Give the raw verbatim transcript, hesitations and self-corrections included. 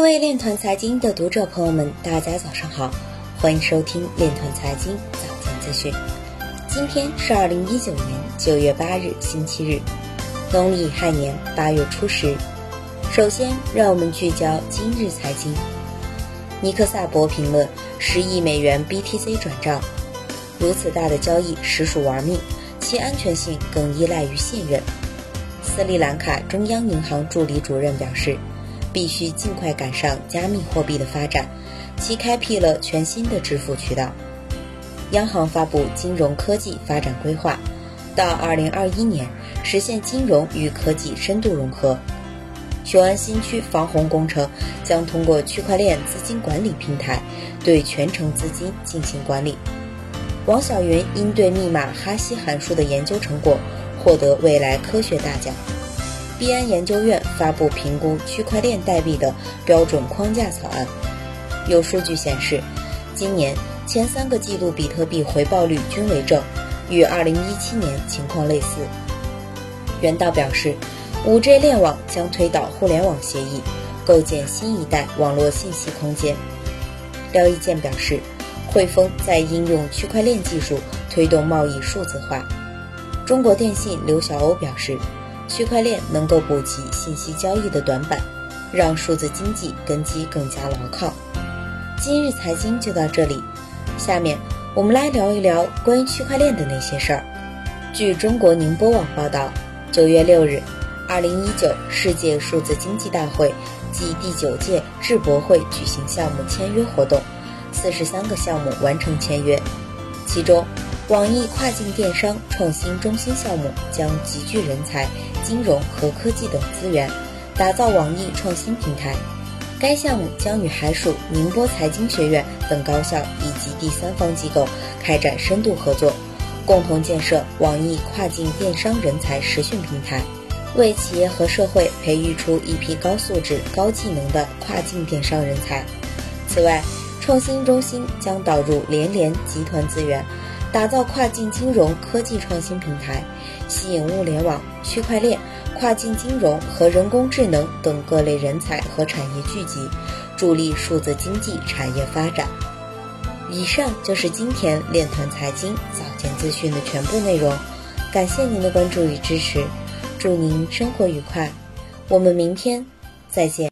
各位链团财经的读者朋友们，大家早上好，欢迎收听链团财经早间资讯。今天是二零一九年九月八日星期日，农历亥年八月初十。首先让我们聚焦今日财经。尼克萨博评论十亿美元 B T C 转账，如此大的交易实属玩命，其安全性更依赖于信任。斯里兰卡中央银行助理主任表示，必须尽快赶上加密货币的发展，其开辟了全新的支付渠道。央行发布金融科技发展规划，到二零二一年实现金融与科技深度融合。雄安新区防洪工程将通过区块链资金管理平台对全程资金进行管理。王晓云因对密码哈希函数的研究成果获得未来科学大奖。币安研究院发布评估区块链代币的标准框架草案。有数据显示，今年前三个季度比特币回报率均为正，与二零一七年情况类似。袁道表示， 五 G 链网将推导互联网协议，构建新一代网络信息空间。廖一健表示，汇丰在应用区块链技术推动贸易数字化。中国电信刘晓鸥表示，区块链能够补齐信息交易的短板，让数字经济根基更加牢靠。今日财经就到这里，下面我们来聊一聊关于区块链的那些事儿。据中国宁波网报道，九月六日，二零一九世界数字经济大会暨第九届智博会举行项目签约活动，四十三个项目完成签约，其中网易跨境电商创新中心项目将集聚人才、金融和科技等资源，打造网易创新平台。该项目将与海曙、宁波财经学院等高校以及第三方机构开展深度合作，共同建设网易跨境电商人才实训平台，为企业和社会培育出一批高素质、高技能的跨境电商人才。此外，创新中心将导入联联集团资源，打造跨境金融科技创新平台，吸引物联网、区块链、跨境金融和人工智能等各类人才和产业聚集，助力数字经济产业发展。以上就是今天链团财经早间资讯的全部内容，感谢您的关注与支持，祝您生活愉快，我们明天再见。